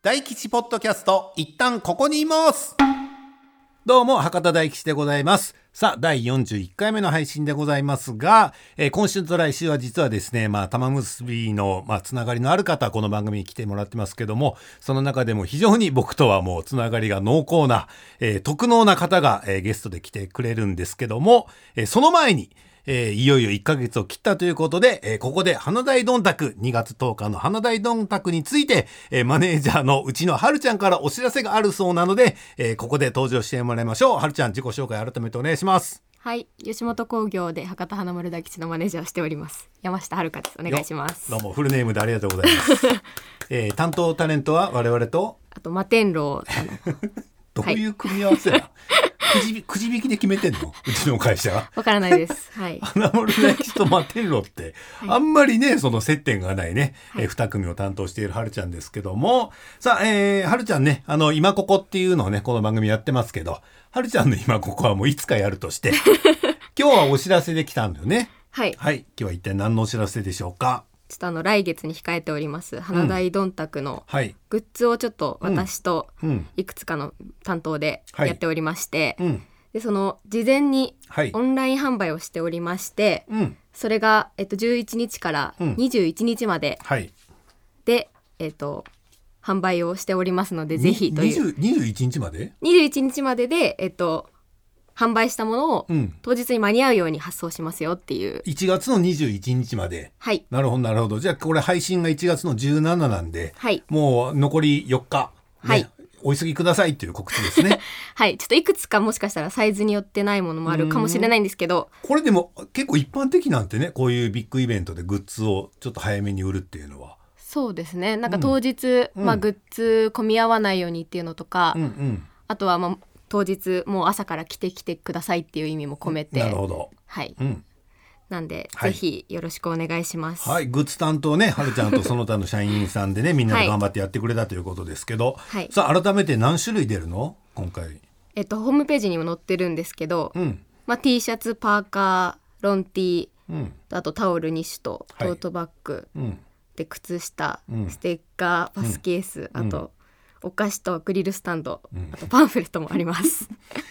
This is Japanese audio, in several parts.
大吉ポッドキャスト、一旦ここにいます。どうも博多大吉でございます。さあ第41回目の配信でございますが、今週と来週は実はですね、玉結びの、つながりのある方、この番組に来てもらってますけども、その中でも非常に僕とはもうつながりが濃厚な、特能な方が、ゲストで来てくれるんですけども、その前にいよいよ1ヶ月を切ったということで、ここで花大どんたく2月10日の花大どんたくについて、マネージャーのうちのはるちゃんからお知らせがあるそうなので、ここで登場してもらいましょう。はるちゃん、自己紹介改めてお願いします。 はい、吉本興業で博多華丸大吉のマネージャーをしております山下遥です。お願いします。 どうもフルネームでありがとうございます、担当タレントは我々とあと摩天楼どういう組み合わせだ、くじ引きで決めてんのうちの会社は。 わからないです。はい。 花丸大吉と摩天楼って、あんまりねその接点がないね、2組を担当しているはるちゃんですけども、さあ、はるちゃんね、今ここっていうのをねこの番組やってますけど、はるちゃんの今ここはもういつかやるとして今日はお知らせで来たんだよね。 はい、 はい、今日は一体何のお知らせでしょうか。 ちょっと来月に控えております花大どんたくのグッズをちょっと私といくつかの担当でやっておりまして、でその事前にオンライン販売をしておりまして、それが、11日から21日まで、で、販売をしておりますので、ぜひという 21日まで 21日までで、販売したものを当日に間に合うように発送しますよっていう。 1月の21日まで。 はい。 なるほどなるほど。じゃあこれ配信が1月の17なんで、 はい、 もう残り4日、ね、はい、お急ぎくださいっていう告知ですね。 はい、ちょっといくつかもしかしたらサイズによってないものもあるかもしれないんですけど、 これでも結構一般的なんてね、こういうビッグイベントでグッズをちょっと早めに売るっていうのは。 そうですね、なんか当日、グッズ混み合わないようにっていうのとか、あとは当日もう朝から来てくださいっていう意味も込めて。 なるほど。 はい、なんで、ぜひよろしくお願いします。 はい、グッズ担当ね、はるちゃんとその他の社員さんでねみんなで頑張ってやってくれたということですけど、さあ改めて何種類出るの今回。 ホームページにも載ってるんですけど、T シャツ、パーカー、ロン T、あとタオル2種とトートバッグ、で靴下、ステッカー、パスケース、あとお菓子とアクリルスタンド、あとパンフレットもあります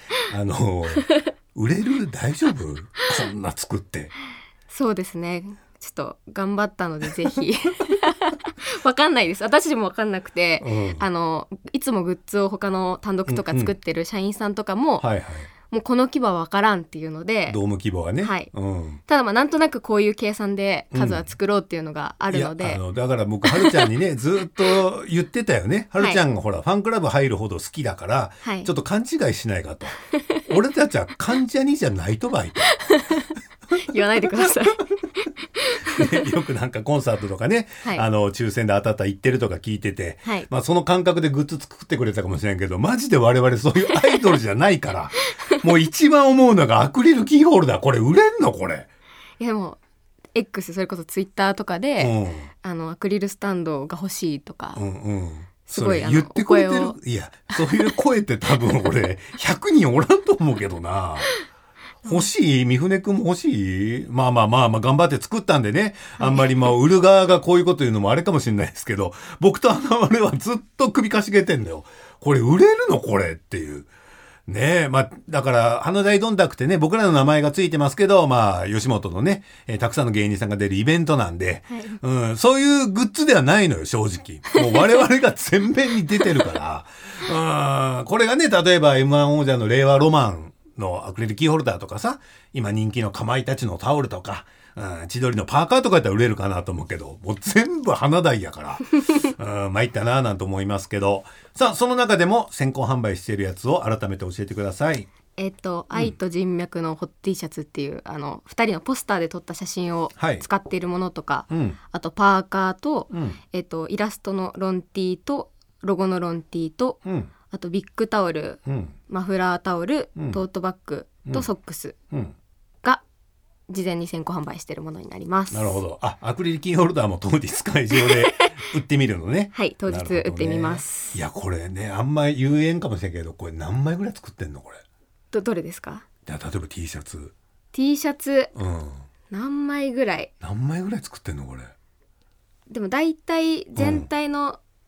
売れる？大丈夫？こんな作って。 そうですね、ちょっと頑張ったのでぜひわかんないです、私もわかんなくて、いつもグッズを他の単独とか作ってる社員さんとかも、もうこの規模は分からんっていうので、 ドーム規模はね、 ただなんとなくこういう計算で数は作ろうっていうのがあるので、 だから僕はるちゃんにねずっと言ってたよね。はるちゃんがほら、ファンクラブ入るほど好きだから、ちょっと勘違いしないかと俺たちは関ジャニじゃないとばいと言わないでくださいよくなんかコンサートとかね、抽選で当たった行ってるとか聞いてて、その感覚でグッズ作ってくれたかもしれんけど、マジで我々そういうアイドルじゃないからもう一番思うのがアクリルキーホルダー、これ売れんのこれ。 いやもう X、 それこそツイッターとかで、アクリルスタンドが欲しいとか、すごい言ってくれてる。いやそういう声って多分俺100人おらんと思うけどな欲しい？三船くんも欲しい？まあ頑張って作ったんでね、あんまり売る側がこういうこと言うのもあれかもしれないですけど、僕と花丸はずっと首かしげてんだよ。これ売れるのこれっていうね。だから花大どんたくってね、僕らの名前がついてますけど、吉本のね、たくさんの芸人さんが出るイベントなんで、そういうグッズではないのよ正直。もう我々が全面に出てるからこれがね、例えば M1 王者の令和ロマンのアクリルキーホルダーとかさ、今人気のかまいたちのタオルとか、千鳥のパーカーとかやったら売れるかなと思うけど、もう全部花大やから参ったななんて思いますけど、さあその中でも先行販売しているやつを改めて教えてください。 愛と人脈のホッ T シャツっていう2人のポスターで撮った写真を使っているものとか、あとパーカーと、イラストのロン T とロゴのロン T と、あとビッグタオル、マフラータオル、トートバッグとソックスが事前に先行販売しているものになります。 なるほど。アクリルキーホルダーも当日会場で売ってみるのね。 はい、当日売ってみます。 いやこれね、あんまり言えんかもしれんけど、これ何枚ぐらい作ってんのこれ。 どれですか？ 例えば T シャツ。 T シャツ、何枚ぐらい？ 何枚ぐらい作ってんのこれ。 でもだいたい全体の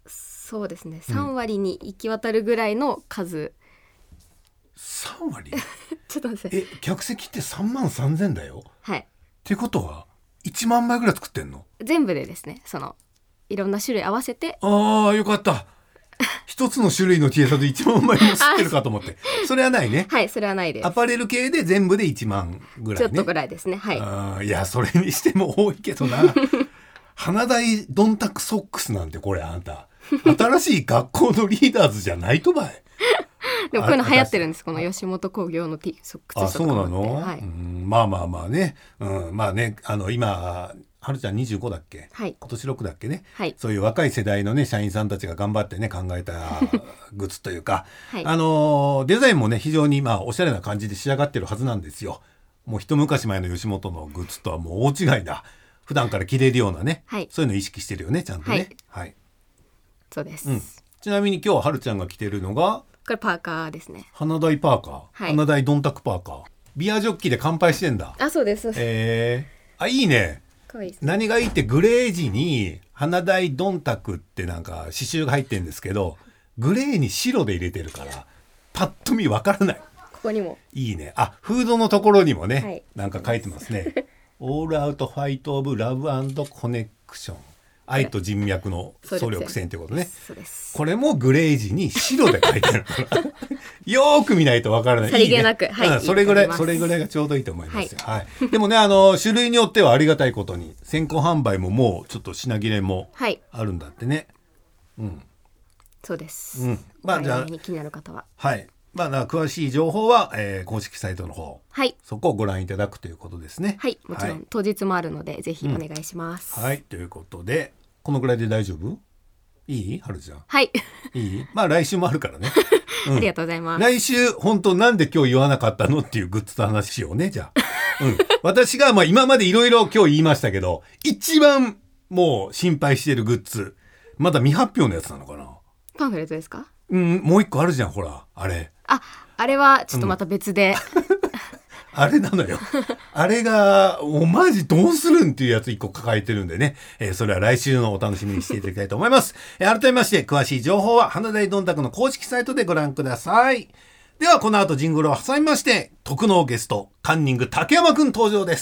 そうですね、3割に行き渡るぐらいの数。 3割ちょっと待って。 客席って3万3000だよ。 はい。 ってことは1万枚ぐらい作ってんの？ 全部でですね、そのいろんな種類合わせて。 ああ、よかった一つの種類の T シャツで1万枚も吸ってるかと思ってそれはないね。 はい、それはないです。 アパレル系で全部で1万ぐらいね。 ちょっとぐらいですね。はい。 いや、それにしても多いけどな花大ドンタクソックスなんて、これあなた新しい学校のリーダーズじゃないとばいでもこういうの流行ってるんです、この吉本興業の T ソックスとか。 あ、そうなの、 はい、 まあまあまあね、まあね、今はるちゃん25だっけ、 はい、 今年6だっけね、 はい、 そういう若い世代のね社員さんたちが頑張ってね考えたグッズというか、 はい、 デザインもね非常におしゃれな感じで仕上がってるはずなんですよ。もう一昔前の吉本のグッズとはもう大違いだ。普段から着れるようなね、はい、そういうのを意識してるよね、ちゃんとね。はい、 そうです、 ちなみに今日はるちゃんが着てるのがこれパーカーですね。 花大パーカー、はい、花大ドンタクパーカー。ビアジョッキで乾杯してんだ。 あ、そうです。 いいね。 かわいいですね。 何がいいってグレー地に花大ドンタクってなんか刺繍が入ってるんですけど、グレーに白で入れてるからパッと見わからない。 ここにもいいね。あ、フードのところにもね、 はい、 なんか書いてますねオールアウトファイトオブラブ&コネクション、愛と人脈の総力戦ということね。 そうです。 これもグレー地に白で書いてあるからよーく見ないとわからない。 さりげなく、はい、 ね、それぐらいがちょうどいいと思いますよ。はいはい、でもね、種類によってはありがたいことに先行販売ももうちょっと品切れもあるんだってね。 そうです。 まあじゃあ気になる方は、 はい、詳しい情報は、公式サイトの方、はい、そこをご覧いただくということですね。 はい、もちろん、当日もあるのでぜひお願いします。 はい、ということでこのぐらいで大丈夫？いい？はるちゃん。 はい。 いい？来週もあるからね。 ありがとうございます。 来週本当なんで今日言わなかったのっていうグッズの話しようね、じゃあ。私が今までいろいろ今日言いましたけど、一番もう心配してるグッズ、まだ未発表のやつなのかな。 パンフレットですか？ もう一個あるじゃん、ほら、あれ。 あれはちょっとまた別で。 あれなのよ。あれがマジどうするんっていうやつ一個抱えてるんでね、それは来週のお楽しみにしていただきたいと思います。改めまして詳しい情報は花大どんたくの公式サイトでご覧ください。ではこの後ジングルを挟みまして特納ゲストカンニング竹山くん登場です。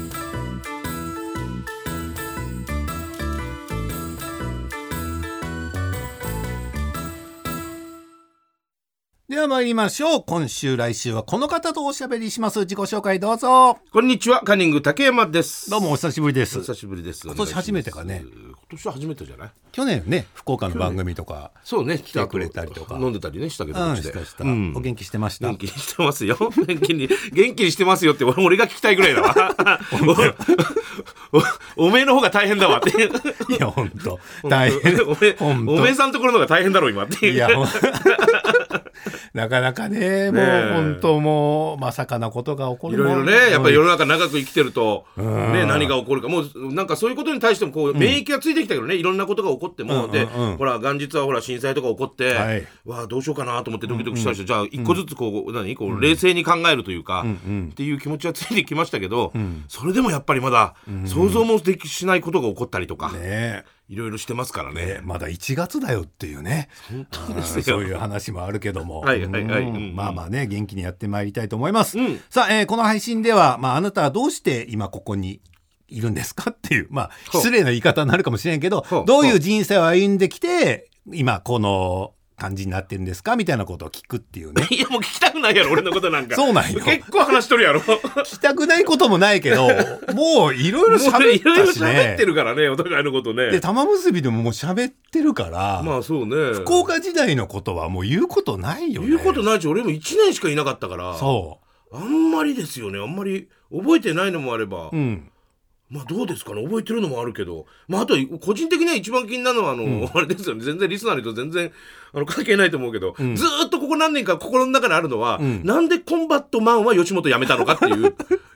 では参りましょう。今週来週はこの方とおしゃべりします。自己紹介どうぞ。 こんにちは、カンニング竹山です。 どうもお久しぶりです。 お久しぶりです。 今年初めてかね。 今年は初めてじゃない？ 去年ね、福岡の番組とかそうね、 来てくれたりとか飲んでたりねしたけど、 した、お元気してました？ 元気にしてますよ。元気にしてますよって俺が聞きたいぐらいだわ。おめえの方が大変だわって。 いや本当大変。 おめえさんところの方が大変だろ今って。いやなかなかね、もう本当もうまさかなことが起こる。 いろいろね、やっぱり世の中長く生きてるとね、何が起こるかもうなんかそういうことに対してもこう免疫がついてきたけどね、いろんなことが起こっても、でほら元日はほら震災とか起こって、わあどうしようかなと思ってドキドキしたりして、じゃあ一個ずつこう冷静に考えるというかっていう気持ちはついてきましたけど、それでもやっぱりまだ想像もしないことが起こったりとか。いろいろしてますからね。 まだ1月だよっていうね。 本当ですよ。 そういう話もあるけども。まあまあね、元気にやってまいりたいと思います。さあ、この配信では、あなたはどうして今ここにいるんですかっていう、失礼な言い方になるかもしれんけど、どういう人生を歩んできて、今この感じになってるんですかみたいなことを聞くっていうね。 いやもう聞きたくないやろ俺のことなんか。 そうなんよ。 結構話しとるやろ。 聞きたくないこともないけど、もういろいろ喋ったしね。いろいろ喋ってるからね、お互いのことね。 で玉結びでももう喋ってるから。 まあそうね。 福岡時代のことはもう言うことないよね。 言うことないし、俺も1年しかいなかったから。 そう。 あんまりですよね。あんまり覚えてないのもあれば。どうですかね、覚えてるのもあるけど、あとは個人的には一番気になるのはあれですよね、全然リスナーにと全然関係ないと思うけど、ずっとここ何年か心の中にあるのは、なんでコンバットマンは吉本辞めたのかっていう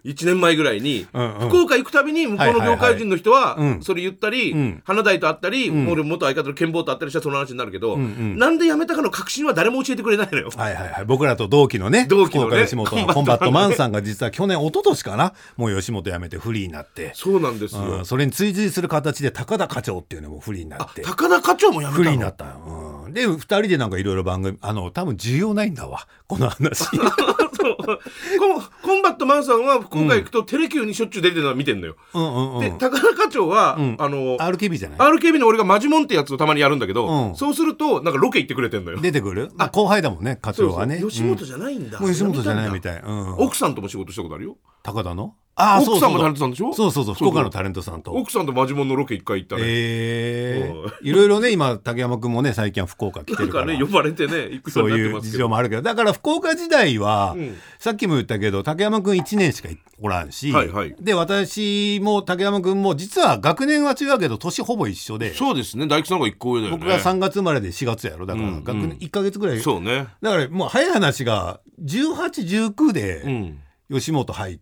1年前ぐらいに、福岡行くたびに向こうの業界人の人はそれ言ったり、花大と会ったり、俺元相方の剣坊と会ったりしたらその話になるけど、なんで辞めたかの確信は誰も教えてくれないのよ。 僕らと同期のね、福岡吉本のコンバットマンさんが実は去年一昨年かな、もう吉本辞めてフリーになって、 そうなんですよ、 それに追随する形で高田課長っていうのもフリーになって、 高田課長も辞めたの、 フリーになったよ、で2人でなんかいろいろ番組、多分需要ないんだわこの話コンバットマンさんは福岡行くとテレキューにしょっちゅう出てるのは見てんのよ、で高田課長は、 RKB じゃない RKB の俺がマジモンってやつをたまにやるんだけど、そうするとなんかロケ行ってくれてんのよ。 出てくる、後輩だもんね課長はね。 吉本じゃないんだ、 もう吉本じゃないみたい、 奥さんとも仕事したことあるよ、 高田の。 奥さんもタレントさんでしょ。 そう福岡のタレントさんと奥さんとマジモンのロケ一回行ったね。 いろいろね、今竹山くんもね最近は福岡来てるからね、呼ばれてね行くそういう事情もあるけど、だから福岡時代は、さっきも言ったけど竹山くん1年しかおらんし、で私も竹山くんも実は学年は違うけど年ほぼ一緒で。 そうですね、大吉さんが1個上だよね。 僕が3月生まれで4月やろ、だから学年1ヶ月ぐらい、 そうね、 だからもう早い話が18、19で、吉本入って、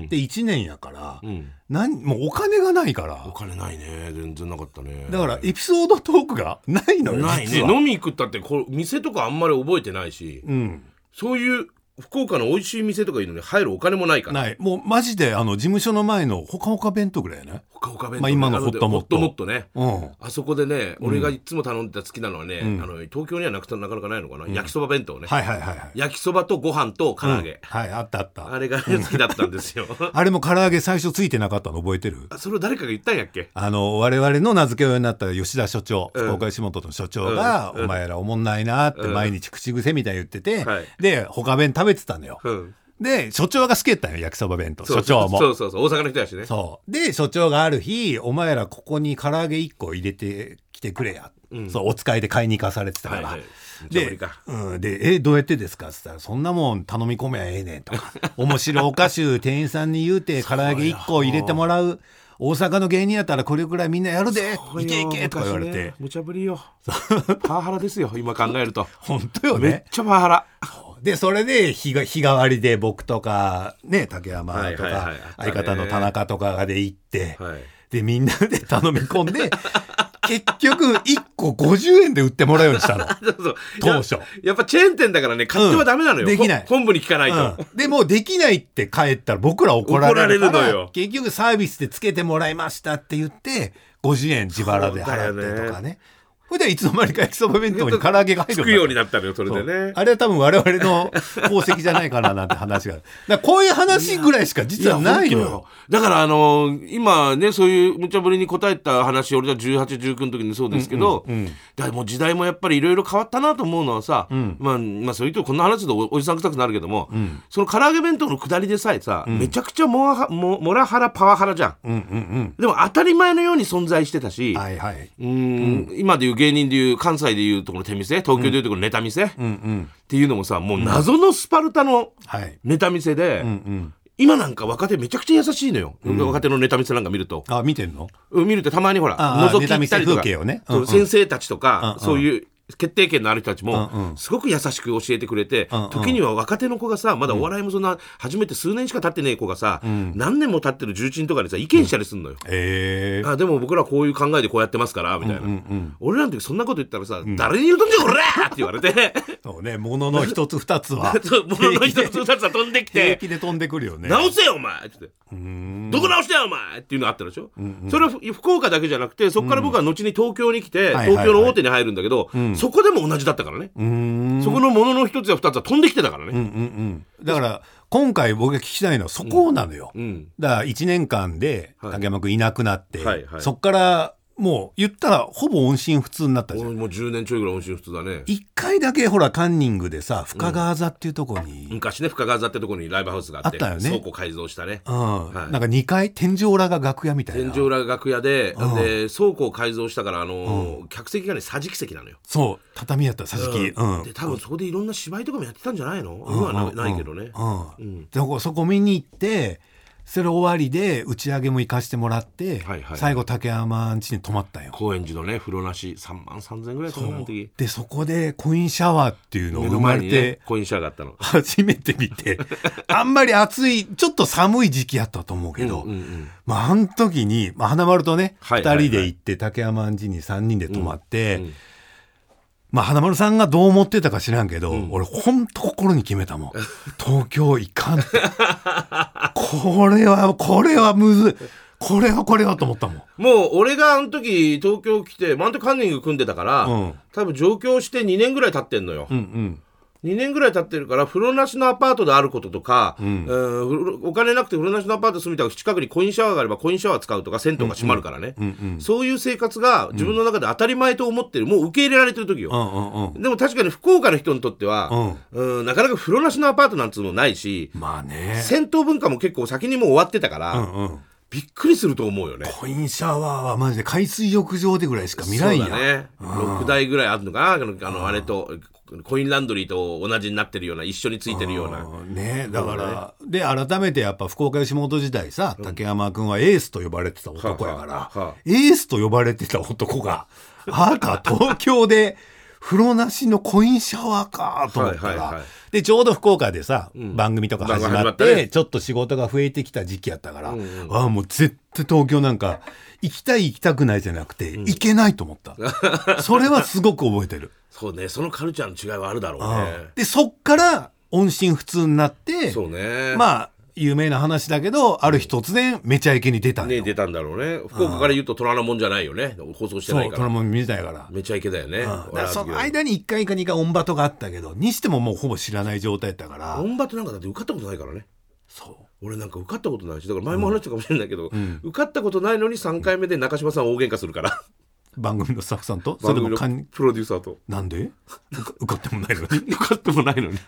で1年やから、もうお金がないから。 お金ないね、全然なかったね。 だからエピソードトークがないのよ。 ないね、飲み行くったって店とかあんまり覚えてないし、そういう福岡の美味しい店とかいうのに入るお金もないから。 ない、もうマジで事務所の前のほかほか弁当ぐらいね。 ほかほか弁当、ね、 今のホットモットね、あそこでね、俺がいつも頼んでた好きなのはね、東京にはなかなかないのかな、焼きそば弁当ね、焼きそばとご飯と唐揚げ、 あったあれが、ね、好きだったんですよあれも唐揚げ最初ついてなかったの覚えてる？ それを誰かが言ったんやっけ？ 我々の名付け親になった吉田所長、福岡吉本の所長が、お前らおもんないなって毎日口癖みたいに言ってて、で他弁食べてたのよ、で所長が好きやったんよ、焼きそば弁当。所長もそう大阪の人やしね。 そうで所長がある日、お前らここに唐揚げ1個入れてきてくれや、そうお使いで買いに行かされてたから、でどうやってですかって言ったら、そんなもん頼み込めばええねんとか面白おかしゅう店員さんに言うて唐揚げ1個入れてもらう、大阪の芸人やったらこれくらいみんなやるで、いけいけとか言われて、 無茶ぶりよパワハラですよ今考えると本当よね、 めっちゃパワハラでそれで日替わりで僕とかね、竹山とか相方の田中とかがで行って、でみんなで頼み込んで結局1個50円で売ってもらうようにしたの当初。 やっぱチェーン店だからね、買ってはダメなのよ、 できない、 本部に聞かないと、 でもできないって帰ったら僕ら怒られるから、 のよ。 結局サービスでつけてもらいましたって言って50円自腹で払ってとかね。それでいつの間にか焼きそば弁当に唐揚げが入るようになったのよ、それでね。 あれは多分我々の功績じゃないかななんて話が。だからこういう話ぐらいしか実はないのよ。 だから今ね、そういう無茶ぶりに答えた話、俺は18、19の時にそうですけど、だからもう時代もやっぱりいろいろ変わったなと思うのはさ、まあそういうとこんな話でおじさん臭くなるけども、その唐揚げ弁当の下りでさえさ、めちゃくちゃモラハラパワハラじゃん。でも当たり前のように存在してたし、今でいう芸人でいう関西でいうところの手店、東京でいうところのネタ店、っていうのもさ、もう謎のスパルタのネタ店で、今なんか若手めちゃくちゃ優しいのよ、若手のネタ見せなんか見ると。 見てんの？ 見るとたまにほら覗き行ったりとか、 ね、 先生たちとか、そういう決定権のある人たちもすごく優しく教えてくれて、時には若手の子がさ、まだお笑いもそんな初めて数年しか経ってねえ子がさ、何年も経ってる重鎮とかにさ意見したりするのよ。でも僕らこういう考えでこうやってますからみたいな。俺らの時そんなこと言ったらさ、誰に言うとんじゃこらって言われて、 そうね、ものの一つ二つはものの一つ二つは飛んできて、 平気で飛んでくるよね。 直せよお前って言って、どこ直してよお前っていうのあったでしょ。それは福岡だけじゃなくて、そこから僕は後に東京に来て、東京の大手に入るんだけど、そこでも同じだったからね。そこのものの一つや二つは飛んできてたからね。 だから今回僕が聞きたいのはそこなのよ。だから1年間で竹山君いなくなって、そっからもう言ったらほぼ音信不通になったじゃん。 もう10年ちょいぐらい音信不通だね。 1回だけほらカンニングでさ、深川座っていうところに、 昔ね、深川座ってところにライブハウスがあって、 あったよね、 倉庫改造したね。 なんか2階天井裏が楽屋みたいな。 天井裏が楽屋で、倉庫を改造したから客席がね桟敷席なのよ。 そう、畳やった桟敷。 で多分そこでいろんな芝居とかもやってたんじゃないの？今はないけどね。 そこ見に行って、 それ終わりで打ち上げも行かしてもらって、最後竹山ん家に泊まったよ。 高円寺のね風呂なし3万3000円ぐらいかな。 でそこでコインシャワーっていうのを生まれて、 コインシャワーがあったの初めて見てあんまり暑いちょっと寒い時期やったと思うけど、あの時に、花丸とね、2人で行って竹山ん家に3人で泊まって、花丸さんがどう思ってたか知らんけど、俺ほんと心に決めたもん。東京行かんってこれはむずい、これはと思ったもん。 もう俺があの時東京来てマウントカンニング組んでたから、多分上京して2年ぐらい経ってんのよ。2年ぐらい経ってるから、風呂なしのアパートであることとか、お金なくて風呂なしのアパート住みたい、近くにコインシャワーがあればコインシャワー使うとか、銭湯が閉まるからね、そういう生活が自分の中で当たり前と思ってる、もう受け入れられてる時よ。でも確かに福岡の人にとっては、なかなか風呂なしのアパートなんつうのないし、銭湯文化も結構先にもう終わってたから、びっくりすると思うよね。 コインシャワーはマジで海水浴場でぐらいしか見ないんや。 そうだね、6台ぐらいあるのかな、あれとコインランドリーと同じになってるような、一緒についてるようなね。だから、で改めてやっぱ福岡吉本時代さ、竹山君はエースと呼ばれてた男やから、エースと呼ばれてた男が東京で風呂なしのコインシャワーかと思ったら、でちょうど福岡でさ、番組とか始まって、ちょっと仕事が増えてきた時期やったから、もう絶対東京なんか行きたい行きたくないじゃなくて、行けないと思った。それはすごく覚えてる。 そうね、そのカルチャーの違いはあるだろうね。 でそっから音信不通になって、 そうね、 有名な話だけど、ある日突然めちゃイケに出たんよ。 出たんだろうね。福岡から言うと虎ノ門じゃないよね、放送してないから。 そう、虎ノ門見てないからめちゃイケだよね。 だからその間に1回か2回オンバトがあったけど、にしてももうほぼ知らない状態だったから。 オンバトなんかだって受かったことないからね。 そう、 俺なんか受かったことないし、だから前も話したかもしれないけど、受かったことないのに3回目で中島さん大喧嘩するから番組のスタッフさんと、 それでもプロデューサーと。 なんで受かってもないのに受かってもないのに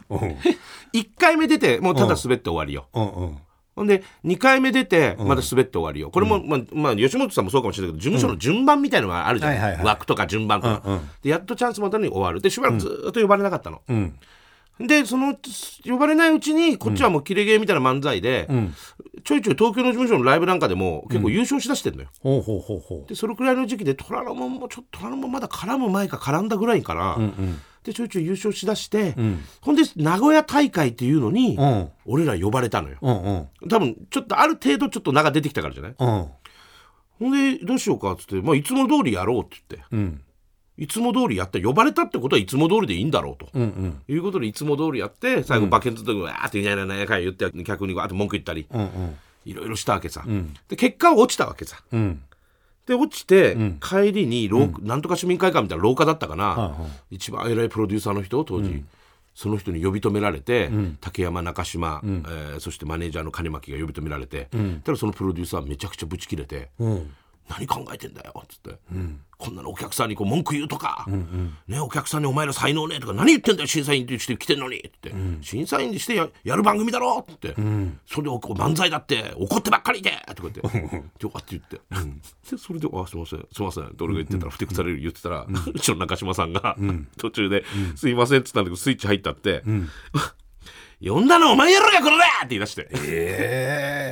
1回目出てもうただ滑って終わりよ。ほんで2回目出てまだ滑って終わりよ。これも、吉本さんもそうかもしれないけど、事務所の順番みたいのがあるじゃん、枠とか順番とか、でやっとチャンスまでに終わる。でしばらくずっと呼ばれなかったの、でその呼ばれないうちにこっちはもうキレゲーみたいな漫才で、ちょいちょい東京の事務所のライブなんかでも結構優勝しだしてんのよ。でそれくらいの時期で虎ノ門もまだ絡む前か絡んだぐらいかな、でちょいちょい優勝しだして、ほんで名古屋大会っていうのに、俺ら呼ばれたのよ。多分ちょっとある程度ちょっと名が出てきたからじゃない。ほんでどうしようかっつって、いつも通りやろうって言って、いつも通りやって、呼ばれたってことはいつも通りでいいんだろうと、いうことでいつも通りやって、最後バケツの時にわーってやらないか言って客にわーって文句言ったり、いろいろしたわけさ、で結果は落ちたわけさ、で落ちて、帰りになんとか市民会館みたいな廊下だったかな、一番偉いプロデューサーの人当時、その人に呼び止められて、竹山中島、そしてマネージャーの金巻が呼び止められて、ただそのプロデューサーめちゃくちゃブチ切れて、何考えてんだよっつって、こんなのお客さんにこう文句言うとか、お客さんにお前ら才能ねえとか何言ってんだよ審査員として来てんのにって、審査員にして やる番組だろって、それで漫才だって怒ってばっかりでとか言ってって言って、でそれで「すいませんって俺が言ってたらふてくされる言ってたら、うちの中島さんが途中で「すいません」っつったんだけどスイッチ入ったって「呼んだのお前やろがこれだ!」って言い出して、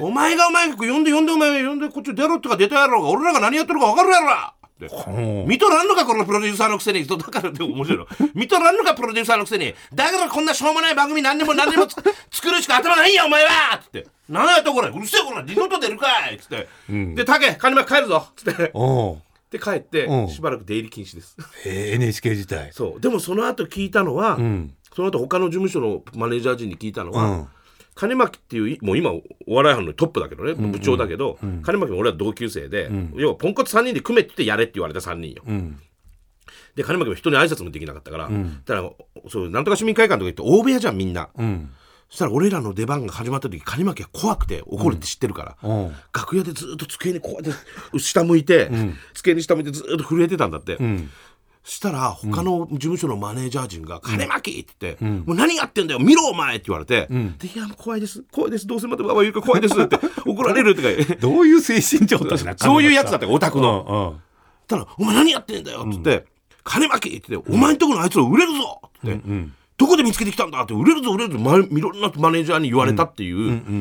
お前が呼んでこっち出ろとか出たやろうが俺らが何やってるか分かるやろって見とらんのかこのプロデューサーのくせに。だからでも面白いの見とらんのかプロデューサーのくせに。だからこんなしょうもない番組何でも作るしか頭ないんやお前はっつって、何やったこれうるせえこれ二度と出るかいっつって、で竹カニマ帰るぞっつってで帰ってしばらく出入り禁止です。 NHK 自体。 そうでもその後聞いたのは、その後他の事務所のマネージャー陣に聞いたのは、金巻っていうもう今お笑い班のトップだけどね、部長だけど、金巻も俺は同級生で、要はポンコツ3人で組めって言ってやれって言われた3人よ、で金巻も人に挨拶もできなかったから、だからそうなんとか市民会館とか行って大部屋じゃんみんな、そしたら俺らの出番が始まった時金巻が怖くて怒るって知ってるから、楽屋でずっと机にこうやって下向いて、机に下向いてずっと震えてたんだって、したら他の事務所のマネージャー陣が「金巻!」って言って、もう何やってんだよ見ろお前!」って言われて、でいやもう怖いですどうせまたわわ言うから怖いですって怒られるってどういう精神状態なそういうやつだったオタクの。たら「お前何やってんだよ!」って言って「金巻!」って言って「お前んとこのあいつら売れるぞ!」って「どこで見つけてきたんだ!」って「売れるぞいろんなマネージャーに言われたっていう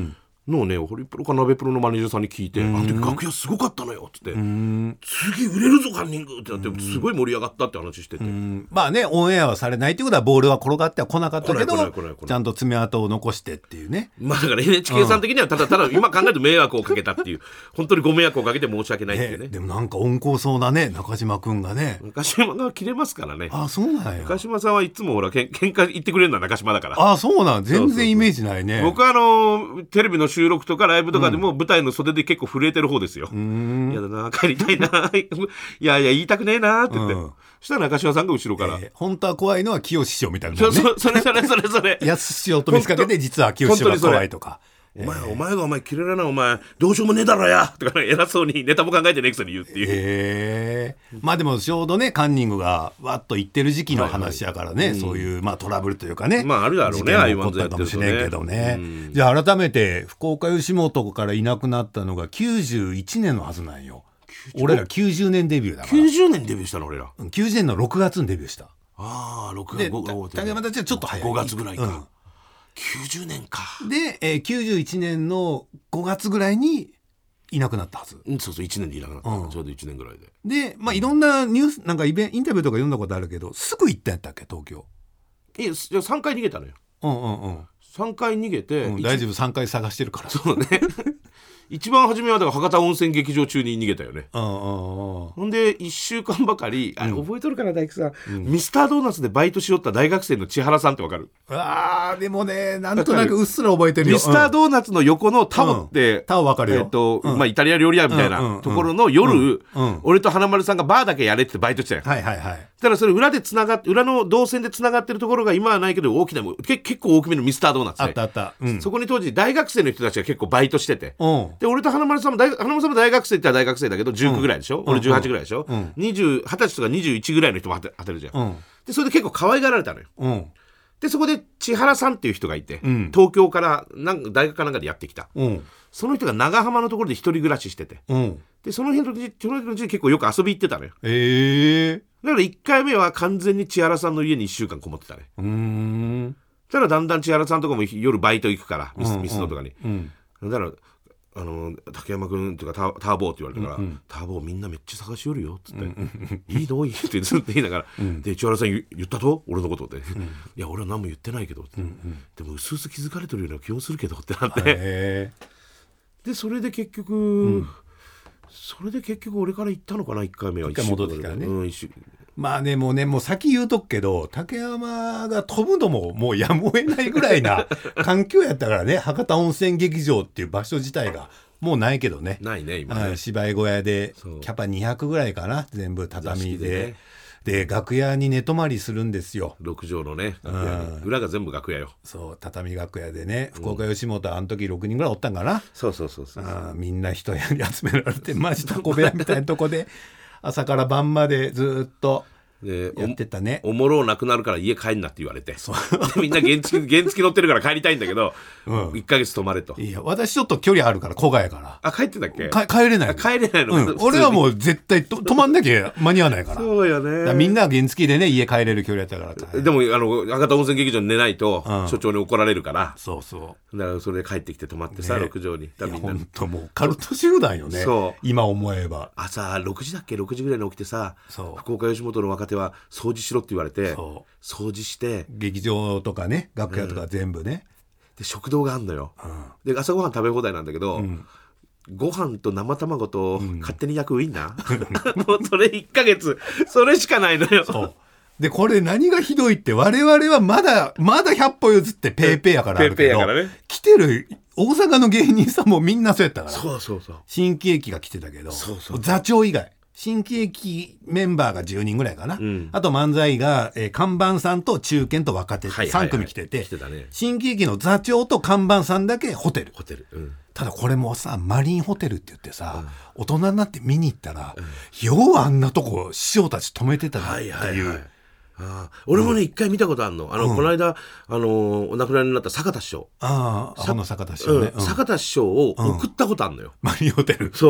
のをね、ホリプロか鍋プロのマネージャーさんに聞いて、あの時楽屋すごかったのよっつって、次売れるぞカンニングってなってすごい盛り上がったって話してて、 まあね、オンエアはされないってことはボールは転がっては来なかったけど、ちゃんと爪痕を残してっていうね。 まあだから NHK さん的にはただ今考えると迷惑をかけたっていう本当にご迷惑をかけて申し訳ないっていうね。 でもなんか温厚そうなね、中島くんがね。 中島が切れますからね。 あ、そうなんや。 中島さんはいつもほら喧嘩言ってくれるのは中島だから。 あ、そうなん、全然イメージないね。 僕はテレビの収録とかライブとかでも舞台の袖で結構震えてる方ですよ。やだな、帰りたいないや言いたくねえなって言って、そしたら中島さんが後ろから、 本当は怖いのは清志師匠みたいなね。 それ安師匠と見せかけて実は清志師匠が怖いとか。 お前キレらな、お前どうしようもねえだろやとか、偉そうにネタも考えてねえくせに言うっていう。 まあでもちょうどね、カンニングがわっと言ってる時期の話やからね、そういうまあトラブルというかね、 まああるだろうね、ああいう事件も起こったかもしれんけどね。じゃあ改めて福岡吉本からいなくなったのが91年のはずなんよ。俺ら90年デビューだから。 90年デビューしたの俺ら。 90年の6月にデビューした。 ああ、6月。 竹山たちはちょっと早い。 5月ぐらいか。90年か。 で、91年の5月ぐらいにいなくなったはず。 そう1年でいなくなった、ちょうど1年ぐらいで。 で、まあいろんなニュースなんかインタビューとか読んだことあるけど、すぐ行ったんやったっけ、東京。 3回逃げたのよ。3回逃げて、 大丈夫、3回探してるから。 そうね。一番初めはだから博多温泉劇場中に逃げたよね。ほんで1週間ばかり、あれ覚えとるかな大工さん、ミスタードーナツでバイトしよった大学生の千原さんってわかる？ でもね、なんとなくうっすら覚えてるよ。 ミスタードーナツの横のタオって、 タオわかるよ。 まあイタリア料理屋みたいなところの夜、俺と花丸さんがバーだけやれってバイトしてたよ。だからそれ裏の動線でつながってるところが今はないけど大きな結構大きめのミスタードーナツで、 あった、 そこに当時大学生の人たちが結構バイトしてて、で俺と花丸さんも大学生って言ったら大学生だけど19ぐらいでしょ、俺18ぐらいでしょ、20歳とか21ぐらいの人も当てるじゃん、でそれで結構可愛がられたのよ、でそこで千原さんっていう人がいて、東京から大学かなんかでやってきた、その人が長浜のところで一人暮らししてて、でその日のうち結構よく遊び行ってたのよ。だから1回目は完全に千原さんの家に1週間こもってたね。ただだんだん千原さんとかも夜バイト行くからミスドとかに、だから竹山君とかターボーって言われたから、ターボーみんなめっちゃ探しよるよっつって、いいのいいってずっと言いながら、で千原さん言ったと俺のことって、いや俺は何も言ってないけどって、でもうすうす気づかれてるような気もするけどってなって、でそれで結局俺から言ったのかな、1回目は。 1回戻ってきたね。まあね、もう先言うとくけど、竹山が飛ぶのももうやむを得ないぐらいな環境やったからね。博多温泉劇場っていう場所自体がもうないけどね。 ないね今ね。 芝居小屋でキャパ200ぐらいかな、全部畳で。で楽屋に寝泊まりするんですよ。 6畳のね楽屋に、裏が全部楽屋よ。 そう、畳楽屋でね、福岡吉本あの時6人ぐらいおったんかな。 そうみんな一部屋に集められてマジタコ部屋みたいなとこで朝から晩までずっとやってたね。 おもろなくなるから家帰んなって言われて、みんな原付乗ってるから帰りたいんだけど、1ヶ月泊まれと。 いや私ちょっと距離あるから古賀やから。 あ、帰ってたっけ？ 帰れないの、俺はもう絶対泊まんなきゃ間に合わないから。 そうよね。 みんな原付でね家帰れる距離やったから。 でも博多温泉劇場に寝ないと所長に怒られるから、 そうだからそれで帰ってきて泊まってさ、6畳に。 いや本当もうカルト集団よね。今思えば朝6時だっけ、6時ぐらいに起きてさ、福岡吉本の若手は掃除しろって言われて、掃除して劇場とかね楽屋とか全部ね、 で食堂があんのよ、で朝ごはん食べ放題なんだけど、ご飯と生卵と勝手に焼くウインナー、もうそれ1ヶ月それしかないのよ。 そうでこれ何がひどいって我々はまだ100歩譲ってペーペーやからあるけど、来てる大阪の芸人さんもみんなそうやったから。新喜劇が来てたけど、座長以外新喜劇メンバーが10人ぐらいかな、あと漫才が、看板さんと中堅と若手3組来てて、新喜劇の座長と看板さんだけホテル、ただこれもさマリンホテルって言ってさ、大人になって見に行ったら、ようあんなとこ師匠たち止めてたなっていう。 俺もね一回見たことあるの。この間お亡くなりになった坂田師匠、 坂田師匠ね、 坂田師匠を送ったことあるのよ、 マリンホテル。 そう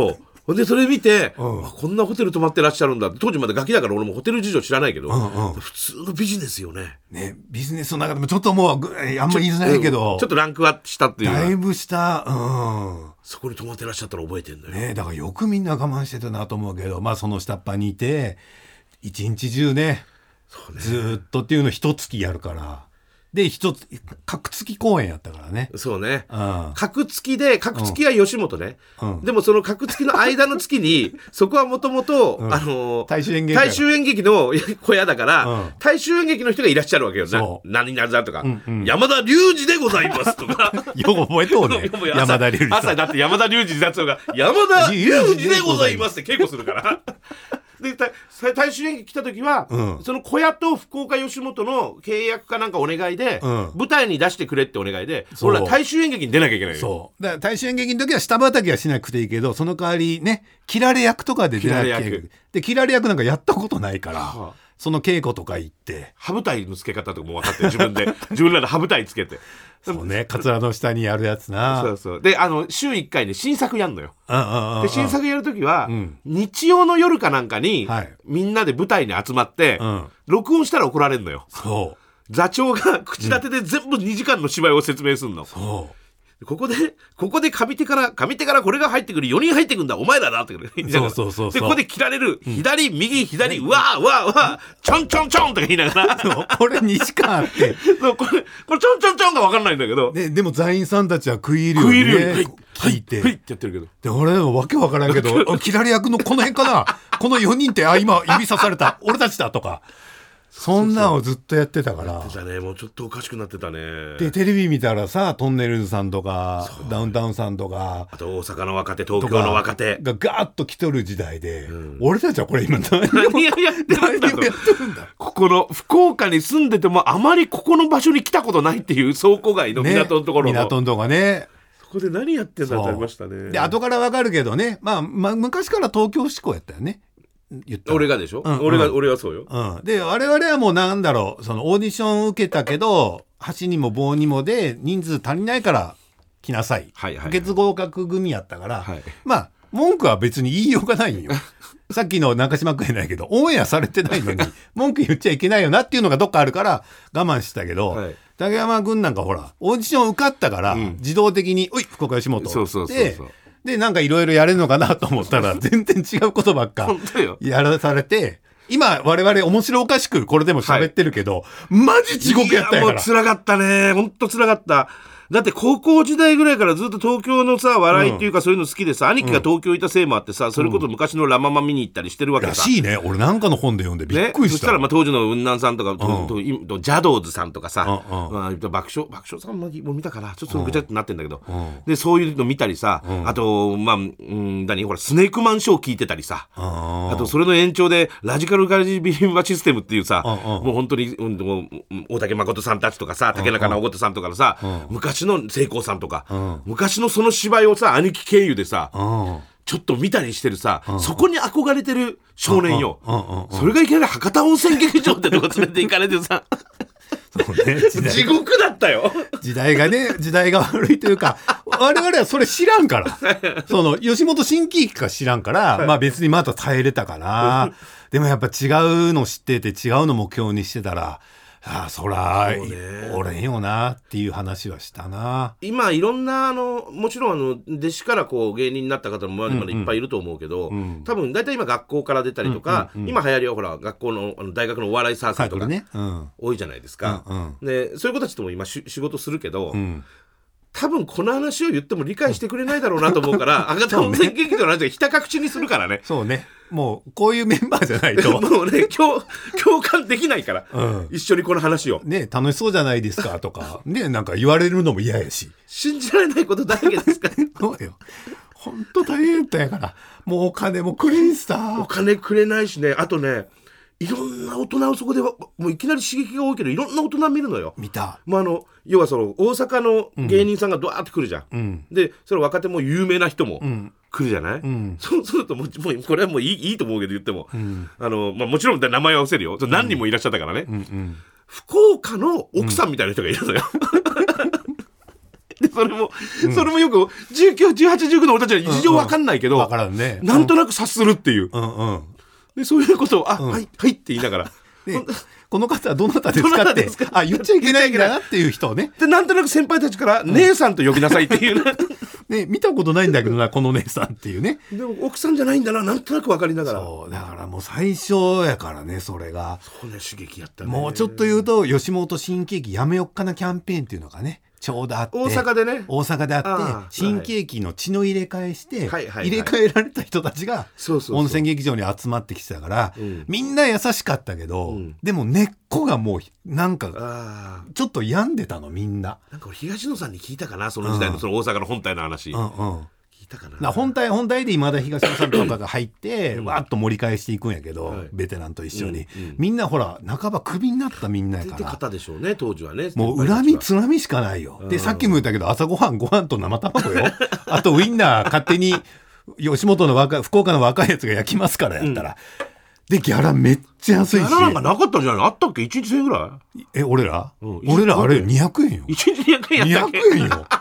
でそれ見て、こんなホテル泊まってらっしゃるんだ。当時まだガキだから俺もホテル事情知らないけど、普通のビジネスよね。 ね、ビジネスの中でもちょっともうあんまり言いづらいけど、 ちょっとランクはしたっていう。 だいぶした、 そこに泊まってらっしゃったら覚えてんだよね。だからよくみんな我慢してたなと思うけど、まあその下っ端にいて一日中ね、ずっとっていうの一月やるから。で角付き公演やったからね。 そうね、角付きは吉本ね、でもその角付きの間の月にそこはもともと大衆演劇の小屋だから、大衆演劇の人がいらっしゃるわけよ。何々だとか、山田隆二でございますとかよく覚えとうね。山田隆二朝だって山田隆二だとか山田隆二でございますって稽古するからで大衆演劇来た時は、その小屋と福岡吉本の契約かなんかお願いで、舞台に出してくれってお願いで、俺ら大衆演劇に出なきゃいけないよ。 そうだから大衆演劇の時は下畑はしなくていいけど、その代わりね、切られ役とかで出なきゃいけない。で切られ役なんかやったことないから、その稽古とか行って歯舞台の付け方とかも分かって自分らで歯舞台つけてそうね、カツラの下にやるやつな。 そうで週1回ね新作やんのよ。で新作やるときは、日曜の夜かなんかに、みんなで舞台に集まって、録音したら怒られるのよ。そう座長が口立てで全部2時間の芝居を説明するの。そうここで上手からこれが入ってくる4人入ってくるんだお前らだってくる。そうでここで切られる左右左うわーわーわーちょんちょんちょんとか言いながらこれ2時間あってこれちょんちょんちょんが分かんないんだけど、 でも座員さんたちは食い入るようにね聞いてはいってやってるけど、 で俺はわけ分からんけど切られ役のこの辺かなこの4人って今指さされた俺たちだとか。そんなのをずっとやってたから。 やってたね。もうちょっとおかしくなってたね。 でテレビ見たらさ、トンネルズさんとかダウンタウンさんとか、 あと大阪の若手、東京の若手がガーッと来とる時代で、俺たちはこれ今何をやってるんだと。ここの福岡に住んでてもあまりここの場所に来たことないっていう倉庫街の港のところの、 港のとこね。 そこで何やってんだってありましたね。 で後からわかるけどね、まあ昔から東京志向やったよね。 俺がでしょ、俺はそうよ、 で我々はもうなんだろう、そのオーディション受けたけど箸にも棒にもで人数足りないから来なさい、不潔合格組やったから、まあ文句は別に言いようがないんよさっきの中島君やないけどオンエアされてないのに文句言っちゃいけないよなっていうのがどっかあるから我慢してたけど、竹山君なんかほらオーディション受かったから、自動的におい福岡吉本でなんかいろいろやれるのかなと思ったら全然違うことばっかやらされて、今我々面白おかしくこれでも喋ってるけど、マジ地獄やったやから。 もう辛かったね、ほんと辛かった。だって高校時代ぐらいからずっと東京のさ笑いっていうかそういうの好きでさ、兄貴が東京いたせいもあってさ、それこそ昔のラママ見に行ったりしてるわけさ。 らしいね。俺なんかの本で読んでびっくりした。 そしたら当時の雲南さんとか、ジャドーズさんとかさ、爆笑さんも見たからちょっとぐちゃっとなってんだけど、でそういうの見たりさ、あとほらスネークマンショー聞いてたりさ、あとそれの延長でラジカルガジビリンバシステムっていうさ、もう本当に大竹誠さんたちとかさ、竹中直人さんとかのさ、昔の聖光さんとか、昔のその芝居をさ兄貴経由でさ、ちょっと見たりしてるさ、そこに憧れてる少年よ、それがいきなり博多温泉劇場ってとこ連れて行かれてさ地獄だったよ。 時代が悪いというか我々はそれ知らんからその吉本新喜劇か知らんから、まあ別にまた耐えれたかなでもやっぱ違うの知ってて違うの目標にしてたら、そらおれんよなっていう話はしたな。 今いろんなもちろん弟子からこう芸人になった方もまだまだいっぱいいると思うけど、多分大体今学校から出たりとか、今流行りはほら学校の大学のお笑いサークルとかね、多いじゃないですか、でそういう子たちとも今仕事するけど、多分この話を言っても理解してくれないだろうなと思うから博多温泉劇場の話はひた隠しにするからね。 そうね、もうこういうメンバーじゃないともうね共感できないから、一緒にこの話をね、楽しそうじゃないですかとかね、なんか言われるのも嫌やし、 信じられないことだらけですからそうよ、ほんと大変だったやから、もうお金もくれんしさ、 お金くれないしね、あとねいろんな大人をそこでもういきなり刺激が多いけどいろんな大人見るのよ。 見た。 要はその大阪の芸人さんがドワーって来るじゃん、でそれ若手も有名な人も来るじゃない、そうするともうこれはもういいと思うけど言っても、もちろん名前は伏せるよ、何人もいらっしゃったからね、福岡の奥さんみたいな人がいるのよ、でそれもよく19、18、19の俺たちは事情わかんないけど、 わからんね。 なんとなく察するっていう。でそういうことをはいはいって言いながら。 この方はどなたですかって言っちゃいけないんだなっていう人をね。 でなんとなく先輩たちから姉さんと呼びなさいっていうね、見たことないんだけどなこの姉さんっていうね。 でも奥さんじゃないんだな、なんとなく分かりながら。 そうだからもう最初やからね、それがそうね、刺激やったね。 もうちょっと言うと吉本新喜劇やめよっかなキャンペーンっていうのがねちょうどあって、 大阪でね、 大阪であって新喜劇の血の入れ替えして、入れ替えられた人たちが温泉劇場に集まってきてたから、みんな優しかったけど、でも根っこがもうなんかちょっと病んでたのみんな。 なんか俺東野さんに聞いたかな、その時代のその大阪の本体の話。 本体で今田東野さんとかが入ってわーっと盛り返していくんやけど、ベテランと一緒に、みんなほら半ばクビになったみんなやから。 方でしょうね当時はね。 もう恨みつらみしかないよ。でさっきも言ったけど朝ごはんと生卵よあとウインナー勝手に吉本の福岡の若いやつが焼きますからやったら、でギャラめっちゃ安いし。 ギャラなんかなかったんじゃないの？あったっけ？1日1000円ぐらい？俺らあれ200円よ。 1日200円やったっけ？ 200 円よ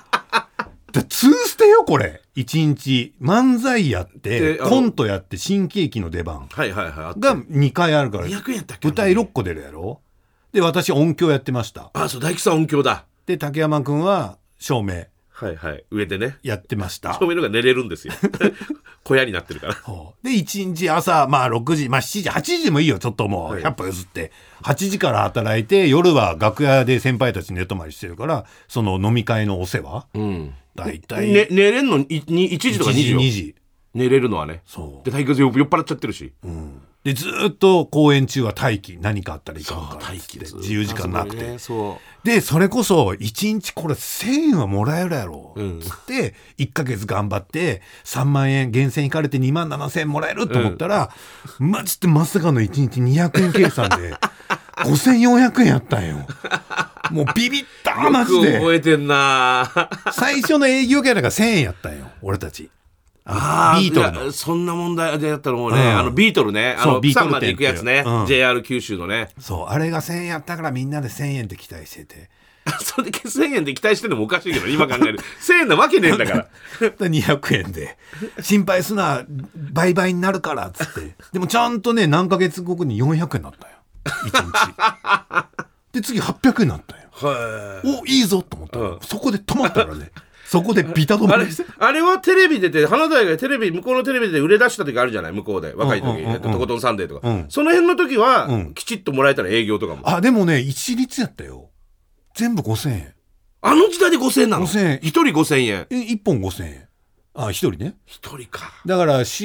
2ステよこれ。1日漫才やってコントやって新喜劇の出番が2回あるから、 200円やったっけ？ 舞台6個出るやろ。で私音響やってました。 そう大吉さん音響だ。 で竹山くんは照明上でねやってました。 照明のが寝れるんですよ小屋になってるから。 で1日朝6時7時8時でもいいよ、ちょっともう100歩譲って8時から働いて、夜は楽屋で先輩たち寝泊まりしてるから、その飲み会のお世話、だいたい寝れんの1時とか2時寝れるのはね。で体育酔っ払っちゃってるし、でずっと公演中は待機、何かあったらいかんからって自由時間なくて、でそれこそ1日これ1000円はもらえるやろつって1ヶ月頑張って3万円厳選引かれて2万7000円もらえると思ったら、マジでまさかの1日200円計算で5400円やったんよ。もうビビったマジで。よく覚えてんな。 最初の営業キャラが1000円やったんよ俺たち。ビートルのそんな問題でやったらもうね、ビートルね、プサンまで行くやつね、JR 九州のね。 そうあれが1000円やったからみんなで1000円で期待しててそれで1000円で期待してるのもおかしいけど今考える1000円なわけねえんだから 200円で心配すな倍々になるからっつって。でもちゃんとね何ヶ月後に400円になったよ1日で次800円になったよ。おいいぞと思ったら、そこで止まったからねそこでビタ止まりして。 あれはテレビ出て花大が向こうのテレビで売れ出した時あるじゃない、向こうで若い時、とことんサンデーとか、その辺の時は、きちっともらえたら営業とかも。 でもね一律やったよ。全部5000円。 あの時代で5000円なの ？5000円。 1人5000円。 1本5000円。1人ね。 1人か。 だから週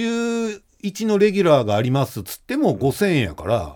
1のレギュラーがありますっつっても5000円やから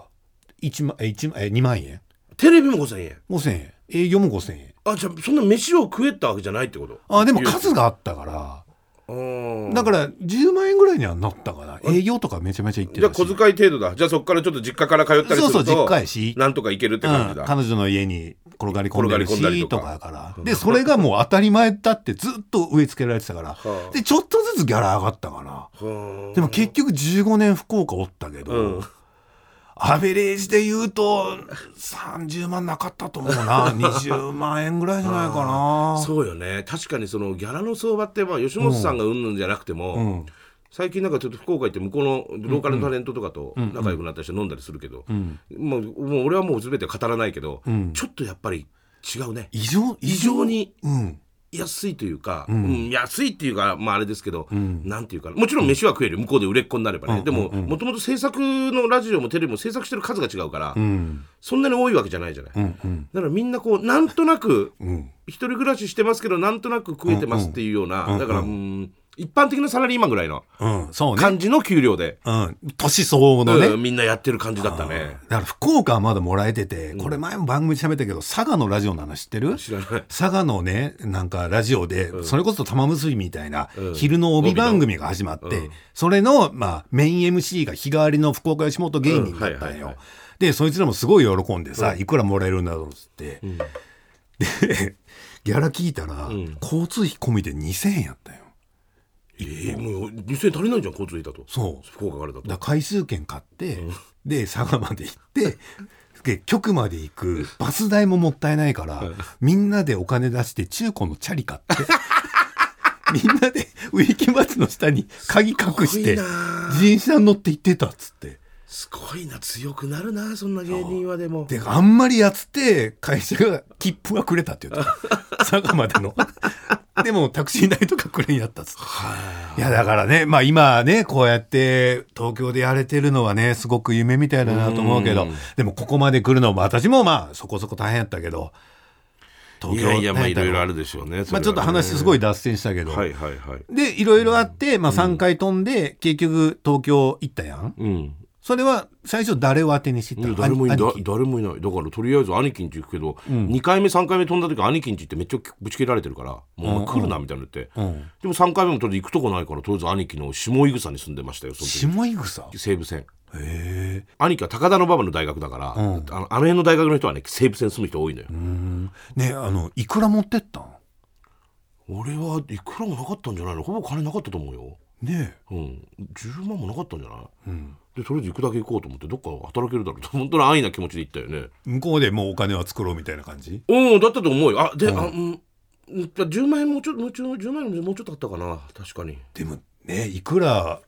2万円。 テレビも5000円。 5000円。営業も5000円。 じゃあそんな飯を食えたわけじゃないってこと？ でも数があったから。だから10万円ぐらいにはなったかな。営業とかめちゃめちゃ行ってたし。 じゃあ小遣い程度だ。じゃあそっからちょっと実家から通ったりすると、 そう実家やしなんとか行けるって感じだ。 彼女の家に転がり込んでるしとかだから。でそれがもう当たり前だってずっと植え付けられてたから、でちょっとずつギャラ上がったかな。でも結局15年福岡おったけど、アベレージで言うと30万なかったと思うな。20万円ぐらいじゃないかな。 そうよね。確かにそのギャラの相場って吉本さんがうんぬんじゃなくても、最近なんかちょっと福岡行って向こうのローカルタレントとかと仲良くなったりして飲んだりするけど、もう俺はもう全て語らないけど、ちょっとやっぱり違うね。異常に安いというか、安いっていうかあれですけど、なんていうかもちろん飯は食える、向こうで売れっ子になればね。でももともと制作のラジオもテレビも制作してる数が違うから、そんなに多いわけじゃないじゃない。だからみんなこうなんとなく一人暮らししてますけどなんとなく食えてますっていうような、だから一般的なサラリーマンぐらいの感じの給料で、 年相応のね、 みんなやってる感じだったね。 だから福岡はまだもらえてて、これ前も番組で喋ったけど佐賀のラジオの話知ってる？ 知らない。 佐賀のねなんかラジオで、それこそ玉結びみたいな、昼の帯番組が始まって、それのメイン MC が日替わりの福岡吉本芸人だったんよ。でそいつらもすごい喜んでさ、いくらもらえるんだろうっつって、でギャラ聞いたら、交通費込みで2000円やったよ。 もう2000円足りないじゃん交通費だと。 そう福岡からだと。 回数券買って、で佐賀まで行って局まで行くバス代ももったいないからみんなでお金出して中古のチャリ買ってみんなで植木鉢の下に鍵隠して自転車に乗って行ってたっつって。 すごいな、強くなるなそんな芸人は。でもであんまりやつって会社が切符がくれたって言った佐賀までのでもタクシー代とかくれんやったっつって。いやだからね、まあ今ねこうやって東京でやれてるのはねすごく夢みたいだなと思うけど、でもここまで来るのも私もまあそこそこ大変やったけど、 東京いやまあいろいろあるでしょうね。 まあちょっと話すごい脱線したけど、 はいはいはい、 でいろいろあって、まあ、3回飛んで、結局東京行ったやん、それは最初誰を当てにしてた？ 誰もいない。だからとりあえず兄貴んち行くけど、2回目3回目飛んだ時兄貴んちってめっちゃぶち切られてるから、もう来るなみたいなの言って、でも3回目もとりあえず行くとこないからとりあえず兄貴の下井草に住んでましたよ。 下井草？ 西武線。 へー。 兄貴は高田馬場の大学だから、あの辺の大学の人はね西武線住む人多いのよ。 ね、いくら持ってったん？ 俺はいくらもなかったんじゃないの？ほぼ金なかったと思うよ。 ねえ、10万もなかったんじゃない？でとりあえず行くだけ行こうと思ってどっか働けるだろうと本当に安易な気持ちで行ったよね。 向こうでもうお金は作ろうみたいな感じ？ だったと思うよ。10万円もうちょっと10万円もうちょっとあったかな確かに。 でもね、いくら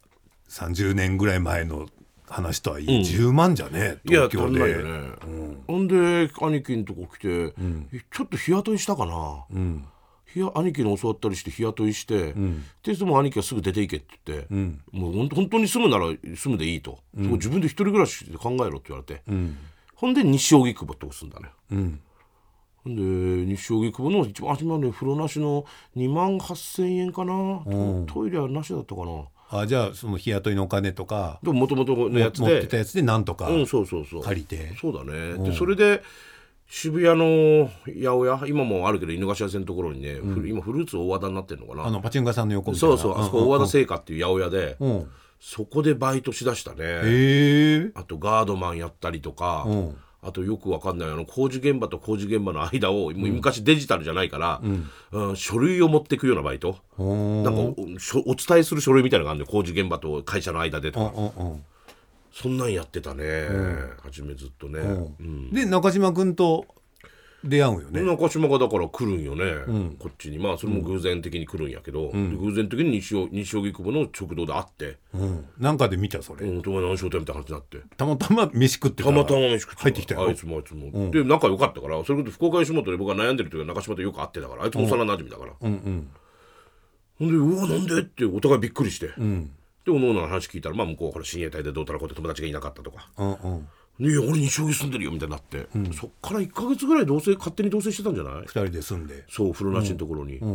30年ぐらい前の話とはいえ、10万じゃね東京で。いや足んないよね。 ほんで兄貴のとこ来て、ちょっと日雇いしたかな。兄貴に教わったりして日雇いして、でその兄貴がすぐ出ていけって言って、もう本当に住むなら住むでいいと、自分で一人暮らしで考えろって言われて、ほんで西荻窪って押すんだね。ほんで西荻窪の一番初めの風呂なしの2万8,000円かな、トイレはなしだったかな。 じゃあその日雇いのお金とかもともとのやつで持ってたやつでなんとか借りて、 そうだね。でそれで渋谷の八百屋今もあるけど井の頭線のところにね、今フルーツ大和田になってるのかな。 パチンコ屋さんの横みたいな。 そうあそこ大和田製菓っていう八百屋で、そこでバイトしだしたね。あとガードマンやったりとか、あとよくわかんない工事現場と工事現場の間を、もう昔デジタルじゃないから、書類を持っていくようなバイト、なんか お伝えする書類みたいなのがあるんだよ、工事現場と会社の間でとか、そんなんやってたね、初めずっとね。 で中島君と出会うよね。 中島がだから来るんよね、こっちに。まあそれも偶然的に来るんやけど、偶然的に西荻窪の食堂で会って、 なんかで見たそれ。 何しようとみたいな感じになって、 たまたま飯食ってたら入ってきたよ。 あいつもで仲良かったから、それこそ福岡吉本で僕が悩んでる時は中島とよく会ってたから、あいつも幼馴染だから、ほんでうわなんでってお互いびっくりして、でおのおのの話聞いたら、まあ向こうから親衛隊でどうたらこうって友達がいなかったとか、いや俺西荻住んでるよみたいになって、そっから1ヶ月ぐらい勝手に同棲してたんじゃない？2 人で住んで、 そう風呂なしのところに、で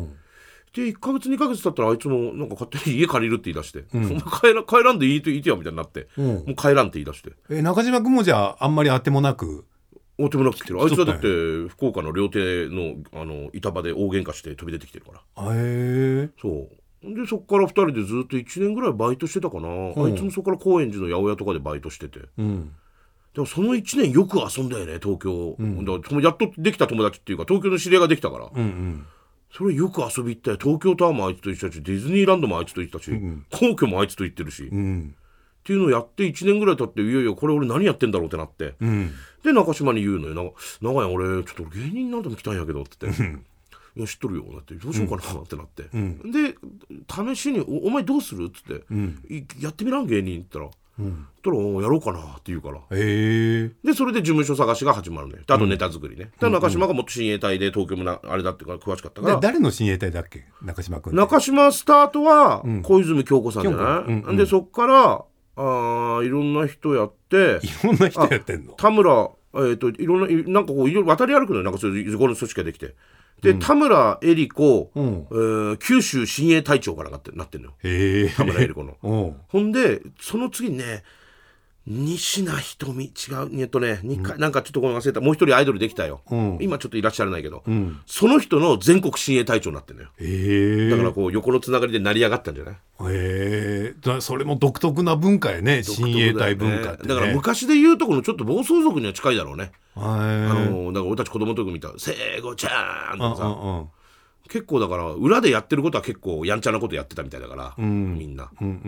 1ヶ月2ヶ月経ったらあいつもなんか勝手に家借りるって言い出して、お前帰らんでいいと言ってよみたいになって、もう帰らんって言い出して、 中島君もじゃああんまりあてもなく来てる。あいつはだって福岡の料亭の板場で大喧嘩して飛び出てきてるから。そうでそっから2人でずっと1年ぐらいバイトしてたかな、あいつもそこから高円寺の八百屋とかでバイトしてて、でもその1年よく遊んだよね東京、だからやっとできた友達っていうか東京の知り合いができたから、それよく遊び行ったよ。東京タワーもあいつと一緒だし、ディズニーランドもあいつと行ったし、皇居もあいつと行ってるし、っていうのをやって1年ぐらい経って、いやいやこれ俺何やってんだろうってなって、で中島に言うのよ。長屋俺ちょっと芸人になるため来たんやけどって言っていや知っとるよってどうしようかなってなって、で試しにお前どうするって言って、やってみらん芸人って言ったら、やろうかなって言うから、でそれで事務所探しが始まるね。あとネタ作りね。で中島がもっと親衛隊で東京もあれだってから詳しかったから。 誰の親衛隊だっけ中島君？ 中島スタートは小泉京子さんじゃない、でそっからいろんな人やって、 いろんな人やってんの？ 田村いろんななんかこういろいろ渡り歩くのよ。なんかそういうこの組織ができて、で田村恵里子、九州親衛隊長からなってんのよ、田村恵里子のほんでその次にね西名瞳違うなんかちょっとごめん忘れた、もう一人アイドルできたよ、今ちょっといらっしゃらないけど、その人の全国親衛隊長になってんのよ。だからこう横のつながりで成り上がったんじゃない？ それも独特な文化やね、親衛隊文化って、 だから昔でいうとこのちょっと暴走族には近いだろうね。だから俺たち子供の時見た聖子ちゃんとかさ、結構だから裏でやってることは結構やんちゃなことやってたみたいだから、みんな、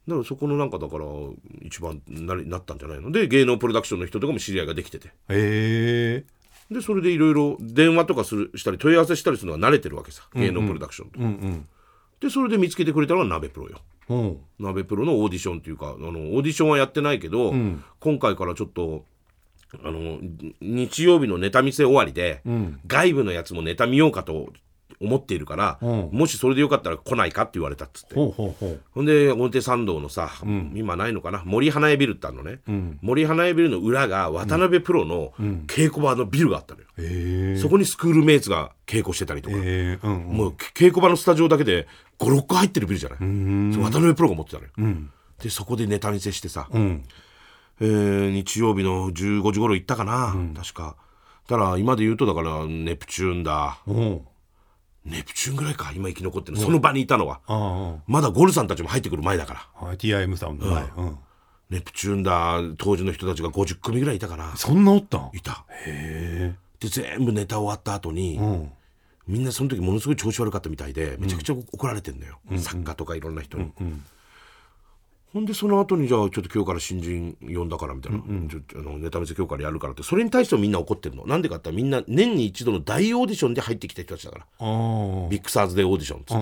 だからそこのなんかだから一番なったんじゃないので、芸能プロダクションの人とかも知り合いができてて、でそれでいろいろ電話とかしたり問い合わせしたりするのが慣れてるわけさ、芸能プロダクションと、でそれで見つけてくれたのが鍋プロよ。鍋プロのオーディションっていうか、オーディションはやってないけど、今回からちょっと日曜日のネタ見せ終わりで、外部のやつもネタ見ようかと思っているから、もしそれでよかったら来ないかって言われたっつって、ほんで表参道のさ、今ないのかな、森花江ビルってあるのね、森花江ビルの裏が渡辺プロの稽古場のビルがあったのよ、そこにスクールメイツが稽古してたりとか、もう稽古場のスタジオだけで 5,6 個入ってるビルじゃない、渡辺プロが持ってたのよ、でそこでネタ見せしてさ、日曜日の15時頃行ったかな、確か。ただ今で言うとだからネプチューンだ、ネプチューンぐらいか今生き残ってる、その場にいたのはまだゴルさんたちも入ってくる前だから、 TIM さんの前、 ネプチューンだ当時の人たちが50組ぐらいいたかな。 そんなおったん？ いた。で全部ネタ終わった後に、みんなその時ものすごい調子悪かったみたいでめちゃくちゃ怒られてんのよ、作家とかいろんな人に、ほんでその後にじゃあちょっと今日から新人呼んだからみたいな、ネタ見せ今日からやるからって、それに対してもみんな怒ってるの。なんでかってみんな年に一度の大オーディションで入ってきた人たちだから、ビッグサーズデーオーディションっつって、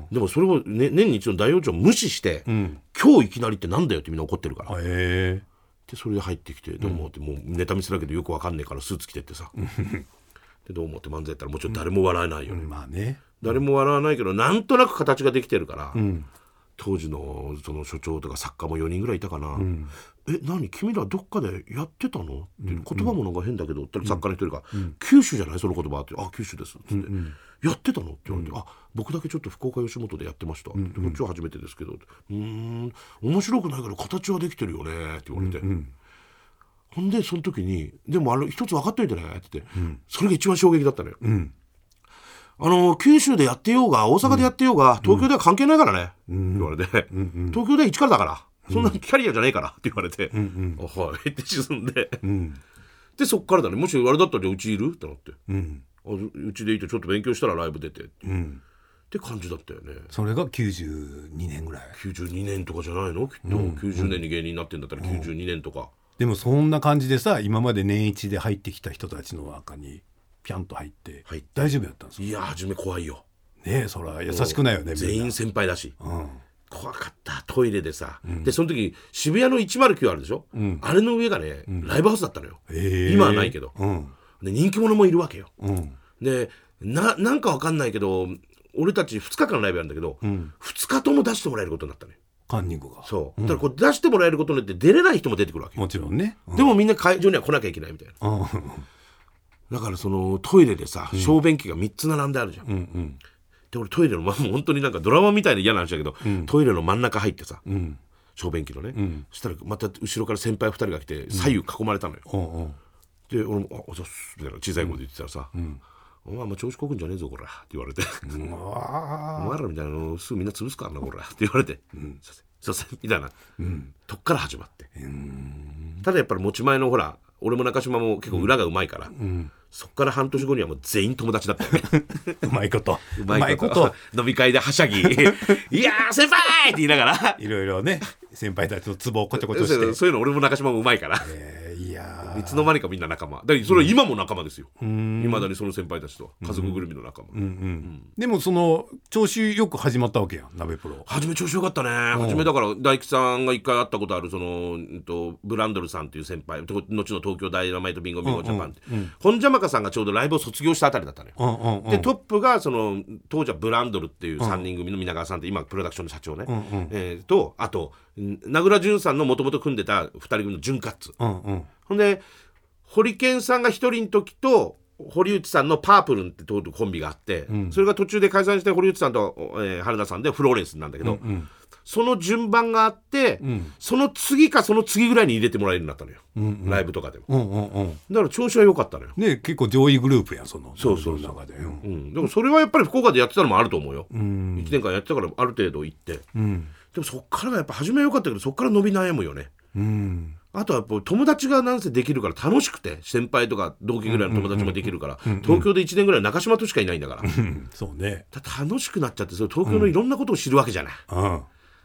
でもそれを、年に一度の大オーディションを無視して、今日いきなりってなんだよってみんな怒ってるから、でそれで入ってきてどうもって、もうネタ見せだけどよくわかんねえからスーツ着てってさでどうもって漫才やったらもちろん誰も笑えないよね、 まあね、 誰も笑わないけどなんとなく形ができてるから、当時のその所長とか作家も4人ぐらいいたかな、何君らどっかでやってたのって言葉もなんか変だけどって作家の一人が、九州じゃないその言葉って、あ九州ですって言って、やってたのって言われて、あ僕だけちょっと福岡吉本でやってました、こっちは初めてですけど、面白くないけど形はできてるよねって言われて、ほんでその時にでも一つ分かっといてねって言って、それが一番衝撃だったのよ、九州でやってようが大阪でやってようが、東京では関係ないからね、言われて、東京では一からだからそんなキャリアじゃないからって言われて、はいって沈んで、でそっからだね、もしあれだったらうちいるってなって、うちでいてちょっと勉強したらライブ出てって感じだったよね。 それが92年ぐらい、 92年とかじゃないのきっと、90年に芸人になってんだったら92年とか、 でもそんな感じでさ、今まで年一で入ってきた人たちの中にピャンと入って大丈夫やったんですか？ いや初め怖いよねえ、そら優しくないよね、 全員先輩だし、怖かった。トイレでさ、でその時渋谷の109あるでしょ、あれの上がね、ライブハウスだったのよ、今はないけど、で人気者もいるわけよ、でなんかわかんないけど俺たち2日間ライブやるんだけど、2日とも出してもらえることになったね、カンニングが。そうだからこれ出してもらえることによって出れない人も出てくるわけよ、もちろんね、でもみんな会場には来なきゃいけないみたいな、だからそのトイレでさ、小便器が3つ並んであるじゃん、で俺トイレの本当になんかドラマみたいで嫌な話だけど、トイレの真ん中入ってさ、小便器のね、そしたらまた後ろから先輩2人が来て左右囲まれたのよ、で俺も「あ、そうっす」みたいな小さい声で言ってたらさ、お前調子こくんじゃねえぞこらって言われてお前らみたいなのすぐみんな潰すからなこらって言われて、すいませんみたいな、とっから始まって、ただやっぱり持ち前のほら俺も中島も結構裏がうまいから、そっから半年後にはもう全員友達だったよねうまいこと飲み会ではしゃぎいやー先輩って言いながらいろいろね先輩たちのツボをコチョコチョしてそういうの俺も中島もうまいから、 いやいつの間にかみんな仲間だから、それは今も仲間ですよ、未だにその先輩たちとは家族ぐるみの仲間、 でもその調子よく始まったわけやん、鍋プロ。 初め調子よかったね、初めだから大吉さんが一回会ったことあるそのブランドルさんっていう先輩、後の東京ダイナマイトビンゴビンゴジャパンって、本邪魔かさんがちょうどライブを卒業したあたりだったのよ、でトップがその当時はブランドルっていう3人組の皆川さんって今プロダクションの社長ね、とあと名倉潤さんのもともと組んでた2人組の潤カッツ、ほんで堀健さんが1人の時と堀内さんのパープルンってコンビがあって、それが途中で解散して堀内さんと、原田さんでフローレンスなんだけど、その順番があって、その次かその次ぐらいに入れてもらえるようになったのよ、ライブとかでも、だから調子は良かったのよね。 結構上位グループやそのそう中で、でもそれはやっぱり福岡でやってたのもあると思うよ、1年間やってたからある程度行って、でもそっからがやっぱ初めは良かったけどそっから伸び悩むよね、あとはやっぱ友達がなんせできるから楽しくて、先輩とか同期ぐらいの友達もできるから、東京で1年ぐらい中島としかいないんだから、 そうね、 楽しくなっちゃって、それ東京のいろんなことを知るわけじゃない、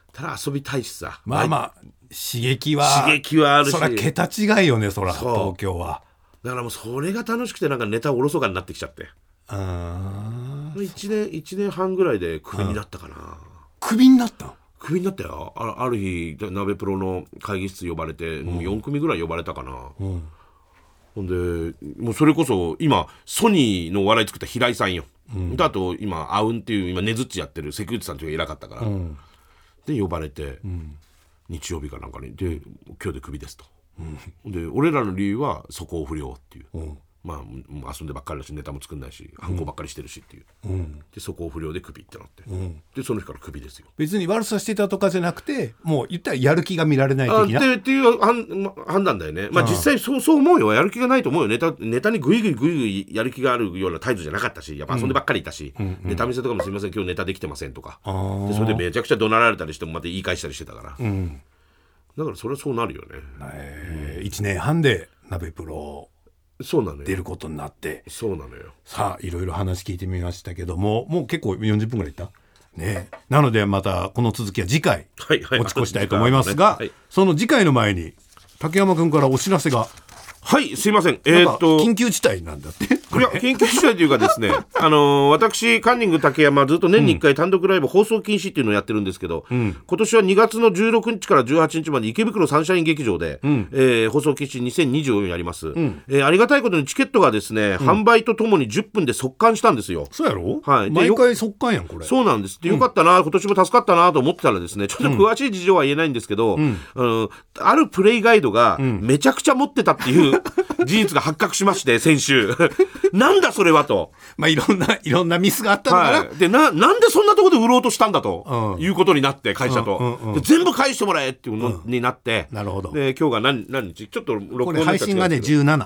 ただ遊びたいしさ、 まあまあ刺激はあるし、 そら桁違いよね、そら東京は。 だからもうそれが楽しくてなんかネタおろそかになってきちゃって、1年半ぐらいでクビになったかな。 クビになったよ。ある日鍋プロの会議室呼ばれて、4組ぐらい呼ばれたかな。ほんでもうそれこそ今ソニーのお笑い作った平井さんよ、あと今アウンっていう今ねずっちやってる関口さんという偉かったから、で呼ばれて、日曜日かなんかにで今日でクビですと、で俺らの理由は素行不良っていう、まあ遊んでばっかりだしネタも作んないし反抗ばっかりしてるしっていう、で素行不良でクビってなって、でその日からクビですよ。 別に悪さしてたとかじゃなくて、もう言ったらやる気が見られない的なっていう判断だよね。まあ実際そう思うよ。やる気がないと思うよ。ネタにグイグイやる気があるような態度じゃなかったし、やっぱ遊んでばっかりいたし、ネタ見せとかもすみません今日ネタできてませんとか、でそれでめちゃくちゃ怒鳴られたりしてもまた言い返したりしてたから、だからそれはそうなるよね。 1年半で鍋プロそうなのよ、 出ることになって。 そうなのよ。 さあいろいろ話聞いてみましたけども、もう結構40分ぐらいいったね。なのでまたこの続きは次回持ち越したいと思いますが、その次回の前に竹山くんからお知らせが。 はい、すいません。 緊急事態なんだって。 いや、緊急事態というかですね、私カンニング竹山ずっと年に1回単独ライブ放送禁止っていうのをやってるんですけど、今年は2月の16日から18日まで池袋サンシャイン劇場で、放送禁止2024やります、ありがたいことにチケットがですね、販売とともに10分で速完したんですよ。 そうやろ、 はい、 毎回速完やんこれ。 そうなんです。でよかったな、今年も助かったなと思ってたらですね、ちょっと詳しい事情は言えないんですけど、あるプレイガイドがめちゃくちゃ持ってたっていう事実が発覚しまして、先週なんだそれはと、 まあいろんなミスがあったのかな、 でなんでそんなところで売ろうとしたんだと、いうことになって、会社と、で全部返してもらえっていうのになって、 なるほど。 で今日が何日ちょっと録音これ配信がね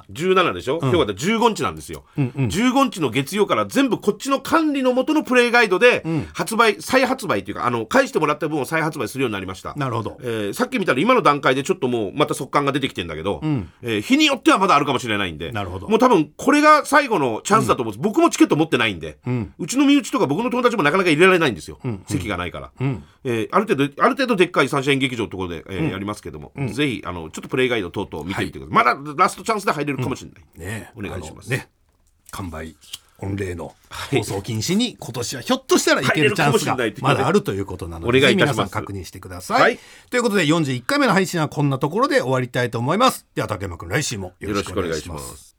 17 でしょ、今日が15日なんですよ、15日の月曜から全部こっちの管理の元のプレイガイドで再発売っていうか、返してもらった分を再発売するようになりました。 なるほど。 さっき見たら今の段階でちょっともうまた速乾が出てきてんだけど、日によってはまだあるかもしれないんで、 なるほど。 もう多分これが最後のチャンスだと思うんです。僕もチケット持ってないんで、うちの身内とか僕の友達もなかなか入れられないんですよ、席がないから、ある程度でっかいサンシャイン劇場のところで、やりますけども、ぜひちょっとプレイガイド等々見てみてください。まだラストチャンスで入れるかもしれない、お願いします。 完売御礼の放送禁止に今年はひょっとしたらいけるチャンスがまだあるということなので、ぜひ皆さん確認してください、ということで41回目の配信はこんなところで終わりたいと思います。では竹山くん、来週もよろしくお願いします。